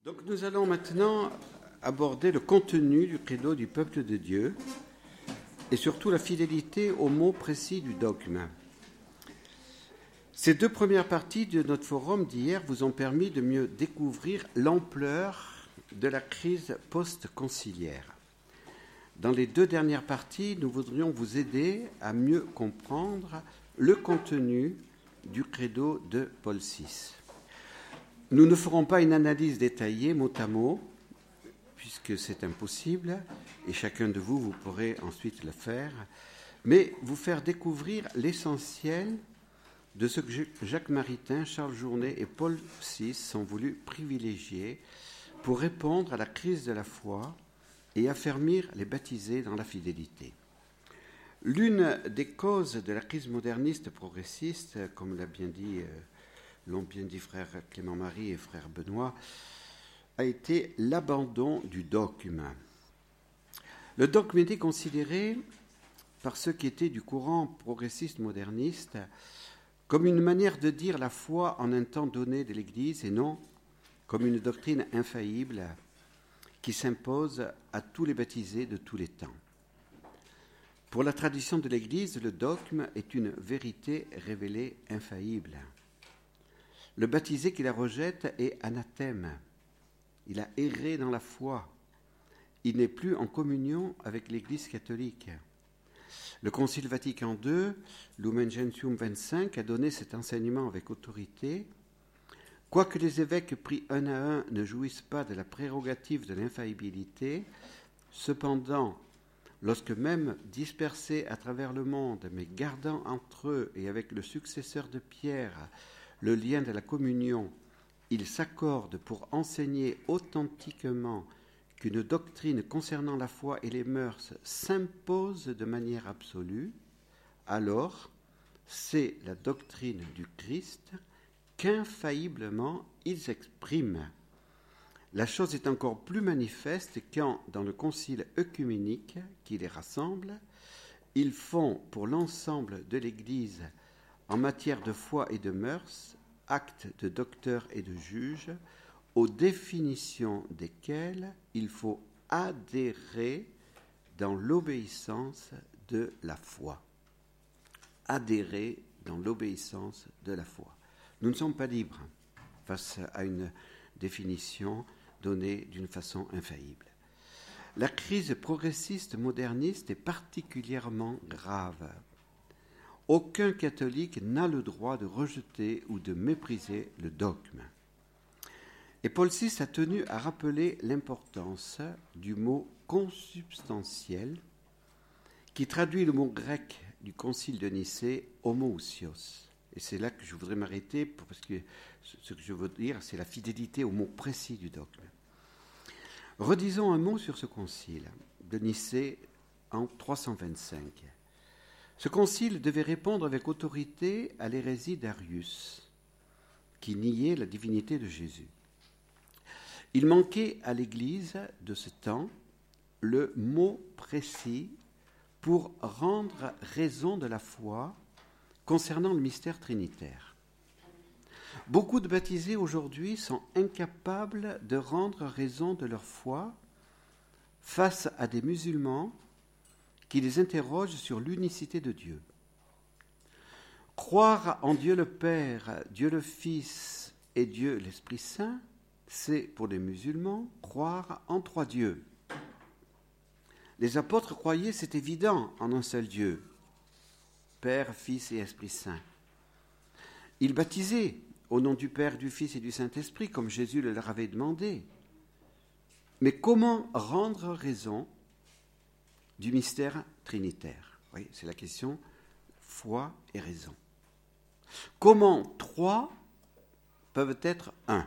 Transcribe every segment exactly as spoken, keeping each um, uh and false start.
Donc nous allons maintenant aborder le contenu du credo du peuple de Dieu et surtout la fidélité aux mots précis du dogme. Ces deux premières parties de notre forum d'hier vous ont permis de mieux découvrir l'ampleur de la crise post-conciliaire. Dans les deux dernières parties, nous voudrions vous aider à mieux comprendre le contenu du credo de Paul six. Nous ne ferons pas une analyse détaillée mot à mot, puisque c'est impossible, et chacun de vous, vous pourrez ensuite le faire, mais vous faire découvrir l'essentiel de ce que Jacques Maritain, Charles Journet et Paul six ont voulu privilégier pour répondre à la crise de la foi et affermir les baptisés dans la fidélité. L'une des causes de la crise moderniste progressiste, comme l'a bien dit euh, l'ont bien dit frère Clément-Marie et frère Benoît, a été l'abandon du dogme. Le dogme était considéré par ceux qui étaient du courant progressiste moderniste comme une manière de dire la foi en un temps donné de l'Église et non comme une doctrine infaillible qui s'impose à tous les baptisés de tous les temps. Pour la tradition de l'Église, le dogme est une vérité révélée infaillible. Le baptisé qui la rejette est anathème. Il a erré dans la foi. Il n'est plus en communion avec l'Église catholique. Le Concile Vatican deux, Lumen Gentium vingt-cinq, a donné cet enseignement avec autorité. Quoique les évêques pris un à un ne jouissent pas de la prérogative de l'infaillibilité, cependant, lorsque même dispersés à travers le monde, mais gardant entre eux et avec le successeur de Pierre le lien de la communion, ils s'accordent pour enseigner authentiquement qu'une doctrine concernant la foi et les mœurs s'impose de manière absolue, alors c'est la doctrine du Christ qu'infailliblement ils expriment. La chose est encore plus manifeste quand, dans le concile œcuménique qui les rassemble, ils font pour l'ensemble de l'Église en matière de foi et de mœurs, actes de docteur et de juge, aux définitions desquelles il faut adhérer dans l'obéissance de la foi. Adhérer dans l'obéissance de la foi. Nous ne sommes pas libres face à une définition donnée d'une façon infaillible. La crise progressiste moderniste est particulièrement grave. Aucun catholique n'a le droit de rejeter ou de mépriser le dogme. Et Paul six a tenu à rappeler l'importance du mot consubstantiel qui traduit le mot grec du concile de Nicée, homoousios. Et c'est là que je voudrais m'arrêter parce que ce que je veux dire, c'est la fidélité au mot précis du dogme. Redisons un mot sur ce concile de Nicée en trois cent vingt-cinq. Ce concile devait répondre avec autorité à l'hérésie d'Arius, qui niait la divinité de Jésus. Il manquait à l'Église de ce temps le mot précis pour rendre raison de la foi concernant le mystère trinitaire. Beaucoup de baptisés aujourd'hui sont incapables de rendre raison de leur foi face à des musulmans qui les interrogent sur l'unicité de Dieu. Croire en Dieu le Père, Dieu le Fils et Dieu l'Esprit Saint, c'est pour les musulmans croire en trois dieux. Les apôtres croyaient, c'est évident, en un seul Dieu, Père, Fils et Esprit Saint. Ils baptisaient au nom du Père, du Fils et du Saint-Esprit, comme Jésus le leur avait demandé. Mais comment rendre raison du mystère trinitaire? Oui, c'est la question foi et raison. Comment trois peuvent être un?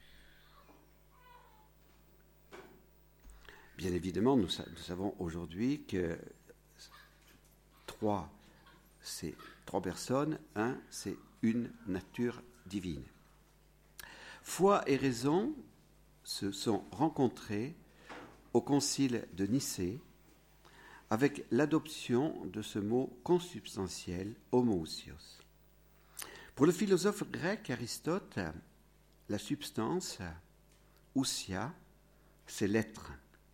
Bien évidemment, nous, nous savons aujourd'hui que trois, c'est trois personnes, un, c'est une nature divine. Foi et raison se sont rencontrés au concile de Nicée avec l'adoption de ce mot consubstantiel, homoousios. Pour le philosophe grec Aristote, la substance ousia, c'est l'être.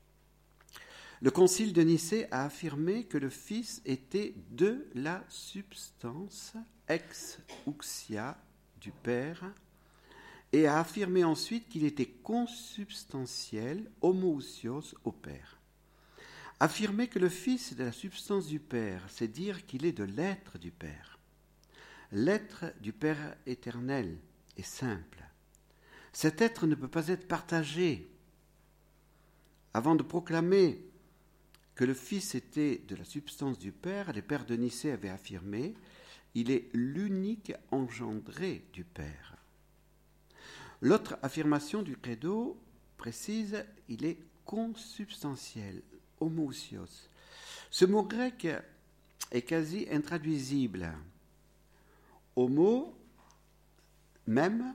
Le concile de Nicée a affirmé que le Fils était de la substance ex ousia du Père et a affirmé ensuite qu'il était consubstantiel, homoousios, au Père. Affirmer que le Fils est de la substance du Père, c'est dire qu'il est de l'être du Père. L'être du Père éternel est simple. Cet être ne peut pas être partagé. Avant de proclamer que le Fils était de la substance du Père, les pères de Nicée avaient affirmé « il est l'unique engendré du Père ». L'autre affirmation du credo précise « il est consubstantiel », homoousios. Ce mot grec est quasi intraduisible. Homo, même,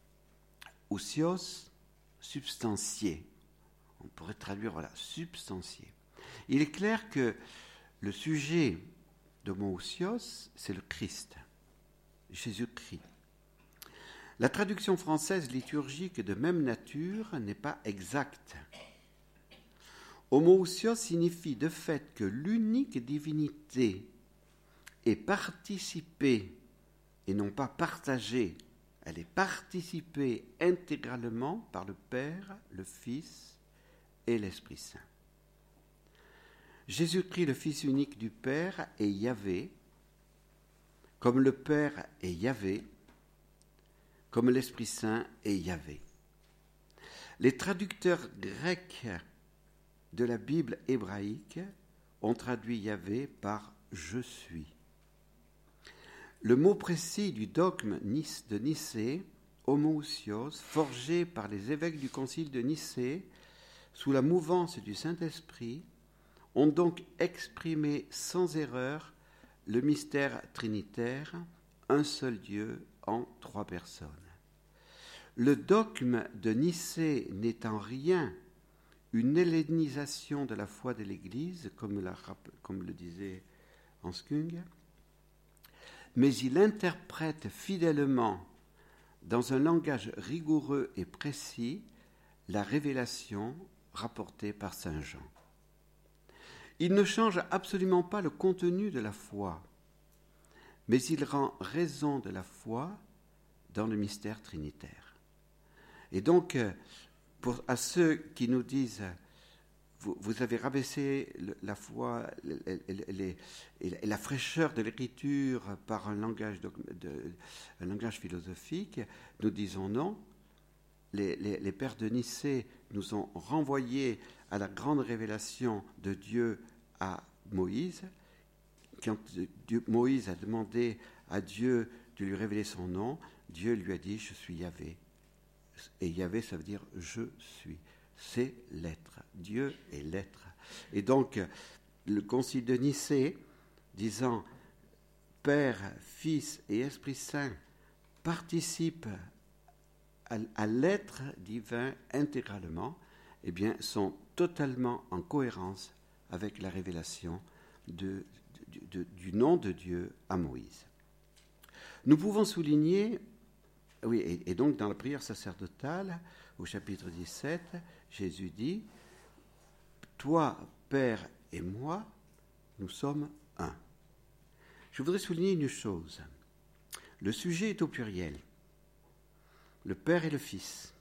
ousios, substancié. On pourrait traduire, voilà, substancié. Il est clair que le sujet d'homoousios, c'est le Christ, Jésus-Christ. La traduction française liturgique de même nature n'est pas exacte. Homoousios signifie de fait que l'unique divinité est participée et non pas partagée. Elle est participée intégralement par le Père, le Fils et l'Esprit Saint. Jésus-Christ, le Fils unique du Père, est Yahvé, comme le Père est Yahvé, comme l'Esprit Saint est Yahvé. Les traducteurs grecs de la Bible hébraïque ont traduit Yahvé par « je suis ». Le mot précis du dogme de Nicée, homoousios, forgé par les évêques du concile de Nicée, sous la mouvance du Saint-Esprit, ont donc exprimé sans erreur le mystère trinitaire, un seul Dieu en trois personnes. Le dogme de Nicée n'est en rien une hellénisation de la foi de l'Église, comme, la, comme le disait Hanskung, mais il interprète fidèlement, dans un langage rigoureux et précis, la révélation rapportée par saint Jean. Il ne change absolument pas le contenu de la foi, mais il rend raison de la foi dans le mystère trinitaire. Et donc, pour, à ceux qui nous disent vous, vous avez rabaissé le, la foi et, et, et, et la fraîcheur de l'écriture par un langage, de, de, un langage philosophique, nous disons non. Les, les, les pères de Nicée nous ont renvoyés à la grande révélation de Dieu à Moïse. Quand Dieu, Moïse a demandé à Dieu de lui révéler son nom, Dieu lui a dit « Je suis Yahvé ». Et Yahvé, ça veut dire « je suis ». C'est l'être. Dieu est l'être. Et donc, le concile de Nicée, disant « Père, Fils et Esprit Saint participent à, à l'être divin intégralement », eh bien, sont totalement en cohérence avec la révélation de, de, de, du nom de Dieu à Moïse. Nous pouvons souligner, oui, et, et donc dans la prière sacerdotale, au chapitre dix-sept, Jésus dit « Toi, Père et moi, nous sommes un ». Je voudrais souligner une chose. Le sujet est au pluriel. Le Père et le Fils.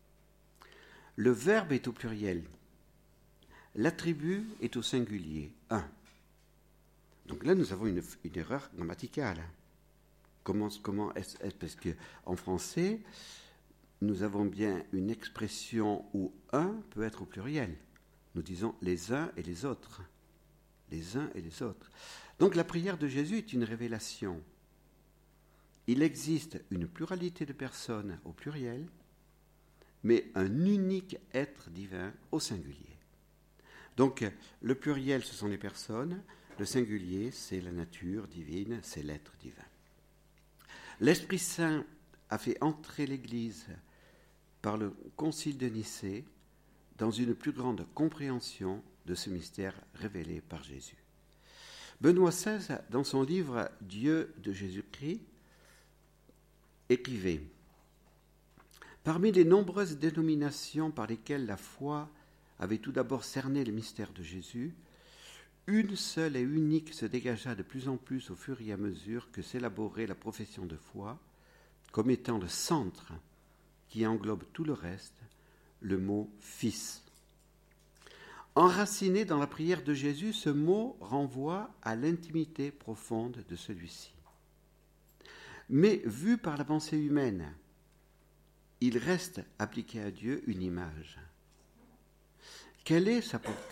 Le verbe est au pluriel. L'attribut est au singulier, un. Donc là, nous avons une, une erreur grammaticale. Comment, comment est-ce, est-ce parce qu'en français, nous avons bien une expression où un peut être au pluriel. Nous disons les uns et les autres. Les uns et les autres. Donc la prière de Jésus est une révélation. Il existe une pluralité de personnes au pluriel, mais un unique être divin au singulier. Donc le pluriel, ce sont les personnes, le singulier, c'est la nature divine, c'est l'être divin. L'Esprit Saint a fait entrer l'Église par le concile de Nicée dans une plus grande compréhension de ce mystère révélé par Jésus. Benoît seize, dans son livre « Dieu de Jésus-Christ », écrivait « Parmi les nombreuses dénominations par lesquelles la foi avait tout d'abord cerné le mystère de Jésus, une seule et unique se dégagea de plus en plus au fur et à mesure que s'élaborait la profession de foi, comme étant le centre qui englobe tout le reste, le mot « Fils ». Enraciné dans la prière de Jésus, ce mot renvoie à l'intimité profonde de celui-ci. Mais vu par la pensée humaine, il reste appliqué à Dieu une image. Quelle est sa portée ?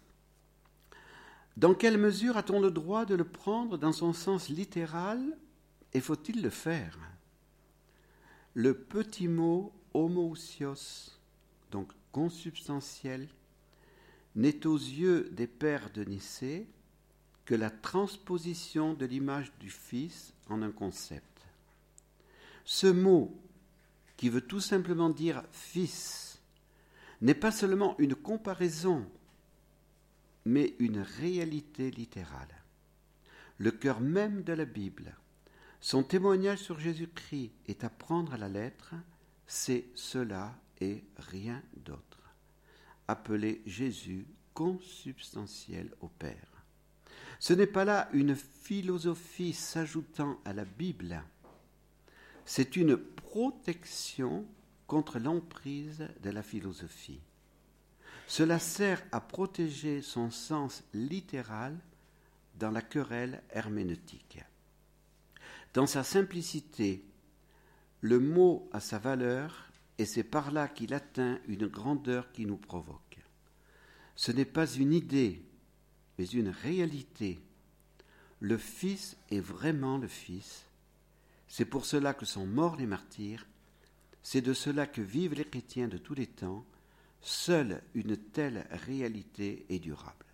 Dans quelle mesure a-t-on le droit de le prendre dans son sens littéral et faut-il le faire ? Le petit mot homoousios, donc consubstantiel, n'est aux yeux des pères de Nicée que la transposition de l'image du Fils en un concept. Ce mot, qui veut tout simplement dire « fils », n'est pas seulement une comparaison, mais une réalité littérale. Le cœur même de la Bible, son témoignage sur Jésus-Christ est à prendre à la lettre, c'est cela et rien d'autre. Appeler Jésus consubstantiel au Père. Ce n'est pas là une philosophie s'ajoutant à la Bible, c'est une protection contre l'emprise de la philosophie. Cela sert à protéger son sens littéral dans la querelle herméneutique. Dans sa simplicité, le mot a sa valeur et c'est par là qu'il atteint une grandeur qui nous provoque. Ce n'est pas une idée, mais une réalité. Le Fils est vraiment le Fils. C'est pour cela que sont morts les martyrs. C'est de cela que vivent les chrétiens de tous les temps. Seule une telle réalité est durable.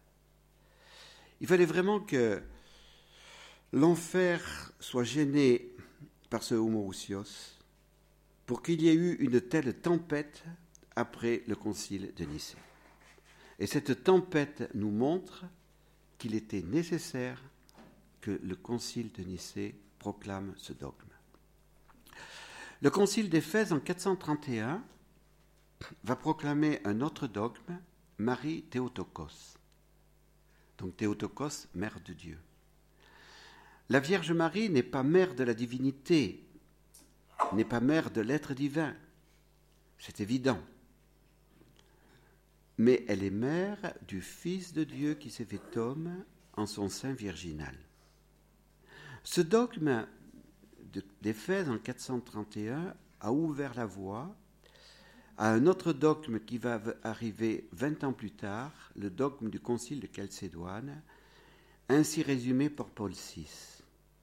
Il fallait vraiment que l'enfer soit gêné par ce homoousios pour qu'il y ait eu une telle tempête après le concile de Nicée. Et cette tempête nous montre qu'il était nécessaire que le concile de Nicée proclame ce dogme. Le concile d'Éphèse en quatre cent trente et un va proclamer un autre dogme, Marie Théotokos. Donc Théotokos, mère de Dieu. La Vierge Marie n'est pas mère de la divinité, n'est pas mère de l'être divin, c'est évident. Mais elle est mère du Fils de Dieu qui s'est fait homme en son sein virginal. Ce dogme d'Éphèse en quatre cent trente et un a ouvert la voie à un autre dogme qui va arriver vingt ans plus tard, le dogme du concile de Chalcédoine, ainsi résumé par Paul six.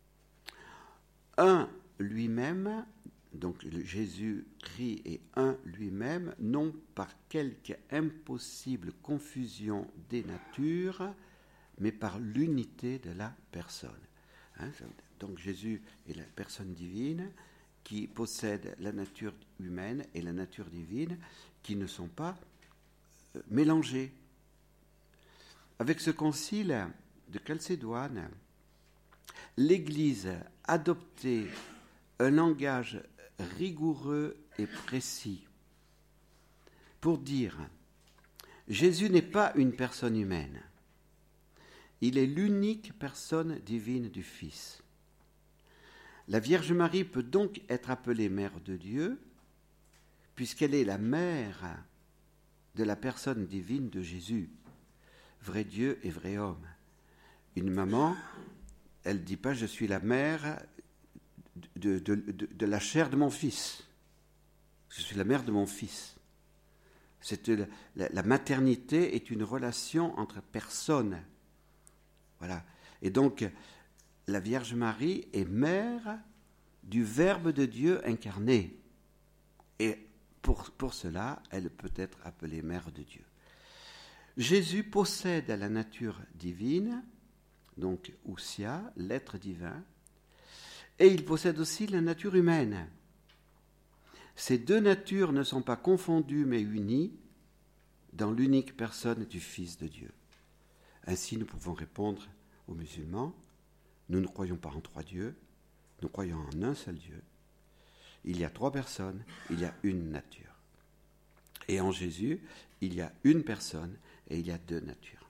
Un lui-même, donc Jésus-Christ est un lui-même, non par quelque impossible confusion des natures, mais par l'unité de la personne. Hein, donc Jésus est la personne divine qui possède la nature humaine et la nature divine qui ne sont pas euh, mélangées. Avec ce concile de Chalcédoine, l'Église adoptait un langage rigoureux et précis pour dire Jésus n'est pas une personne humaine, il est l'unique personne divine du Fils. La Vierge Marie peut donc être appelée Mère de Dieu, puisqu'elle est la mère de la personne divine de Jésus, vrai Dieu et vrai homme. Une maman, elle ne dit pas « je suis la mère de, de, de, de la chair de mon fils ». Je suis la mère de mon fils. C'est, la, la maternité est une relation entre personnes. Voilà. Et donc, la Vierge Marie est mère du Verbe de Dieu incarné. Et pour, pour cela, elle peut être appelée mère de Dieu. Jésus possède la nature divine, donc ousia, l'être divin, et il possède aussi la nature humaine. Ces deux natures ne sont pas confondues mais unies dans l'unique personne du Fils de Dieu. Ainsi, nous pouvons répondre aux musulmans, nous ne croyons pas en trois dieux, nous croyons en un seul Dieu. il y a trois personnes, il y a une nature. Et en Jésus, il y a une personne et il y a deux natures.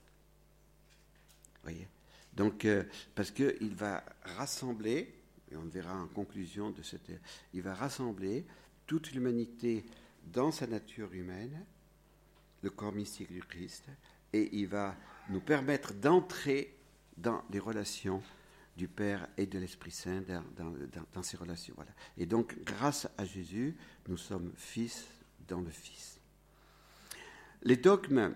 Vous voyez ? Donc, euh, parce qu'il va rassembler, et on le verra en conclusion de cette... Il va rassembler toute l'humanité dans sa nature humaine, le corps mystique du Christ, et il va nous permettre d'entrer dans les relations du Père et de l'Esprit Saint, dans, dans, dans, dans ces relations. Voilà. Et donc, grâce à Jésus, nous sommes fils dans le Fils. Les dogmes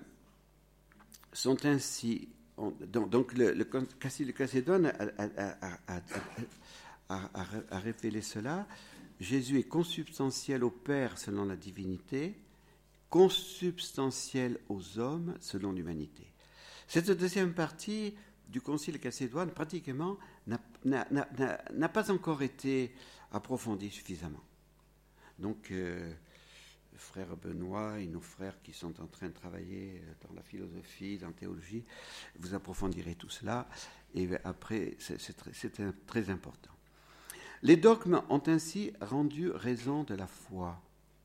sont ainsi... On, donc, donc, le, le Concile de Chalcédoine a, a, a, a, a, a, a révélé cela. Jésus est consubstantiel au Père selon la divinité, consubstantiel aux hommes selon l'humanité. Cette deuxième partie du Concile de Chalcédoine, pratiquement, n'a, n'a, n'a, n'a pas encore été approfondie suffisamment. Donc, euh, le frère Benoît et nos frères qui sont en train de travailler dans la philosophie, dans la théologie, vous approfondirez tout cela, et après, c'est, c'est, très, c'est très important. Les dogmes ont ainsi rendu raison de la foi.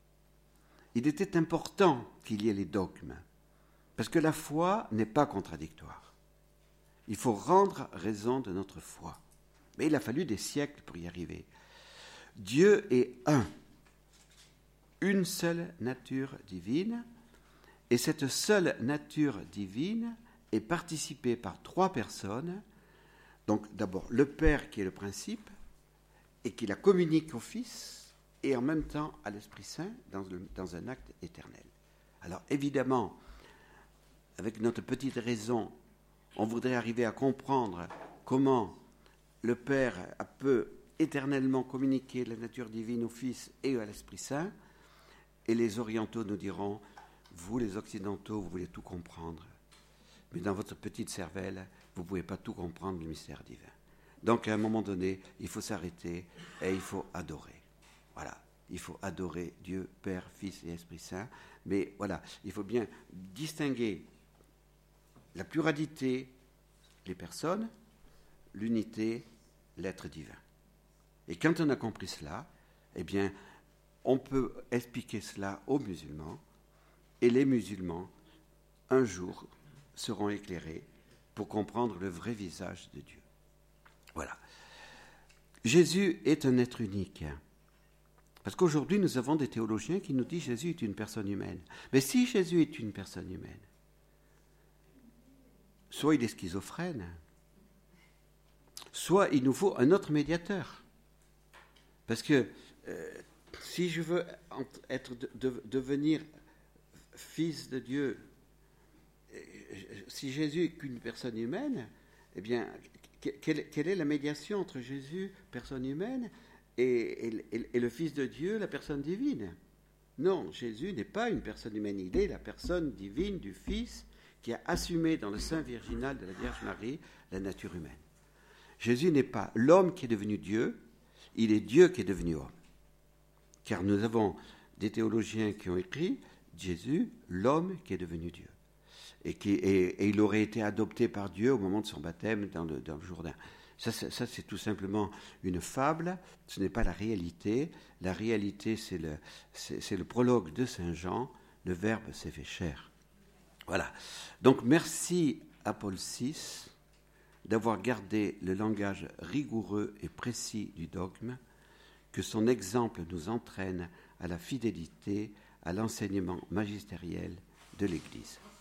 Il était important qu'il y ait les dogmes, parce que la foi n'est pas contradictoire. Il faut rendre raison de notre foi. Mais il a fallu des siècles pour y arriver. Dieu est un, une seule nature divine, et cette seule nature divine est participée par trois personnes. Donc d'abord le Père qui est le principe, et qui la communique au Fils, et en même temps à l'Esprit Saint dans, le, dans un acte éternel. Alors évidemment, avec notre petite raison, on voudrait arriver à comprendre comment le Père peut éternellement communiquer la nature divine au Fils et à l'Esprit Saint, et les orientaux nous diront, vous les occidentaux, vous voulez tout comprendre, mais dans votre petite cervelle, vous ne pouvez pas tout comprendre le mystère divin. Donc à un moment donné, il faut s'arrêter et il faut adorer. Voilà, il faut adorer Dieu, Père, Fils et Esprit Saint, mais voilà, il faut bien distinguer la pluralité, les personnes, l'unité, l'être divin. Et quand on a compris cela, eh bien, on peut expliquer cela aux musulmans, et les musulmans, un jour, seront éclairés pour comprendre le vrai visage de Dieu. Voilà. Jésus est un être unique. Parce qu'aujourd'hui, nous avons des théologiens qui nous disent que Jésus est une personne humaine. Mais si Jésus est une personne humaine, soit il est schizophrène, soit il nous faut un autre médiateur. Parce que euh, si je veux être, de, de, devenir fils de Dieu, si Jésus est qu'une personne humaine, eh bien, quelle, quelle est la médiation entre Jésus, personne humaine, et, et, et le Fils de Dieu, la personne divine? Non, Jésus n'est pas une personne humaine, il est la personne divine du Fils qui a assumé dans le sein virginal de la Vierge Marie la nature humaine. Jésus n'est pas l'homme qui est devenu Dieu, il est Dieu qui est devenu homme. Car nous avons des théologiens qui ont écrit Jésus, l'homme qui est devenu Dieu. Et, qui, et, et il aurait été adopté par Dieu au moment de son baptême dans le, dans le Jourdain. Ça, ça, ça, c'est tout simplement une fable, ce n'est pas la réalité. La réalité, c'est le, c'est, c'est le prologue de Saint Jean, le Verbe s'est fait chair. Voilà. Donc, merci à Paul six d'avoir gardé le langage rigoureux et précis du dogme, que son exemple nous entraîne à la fidélité, à l'enseignement magistériel de l'Église.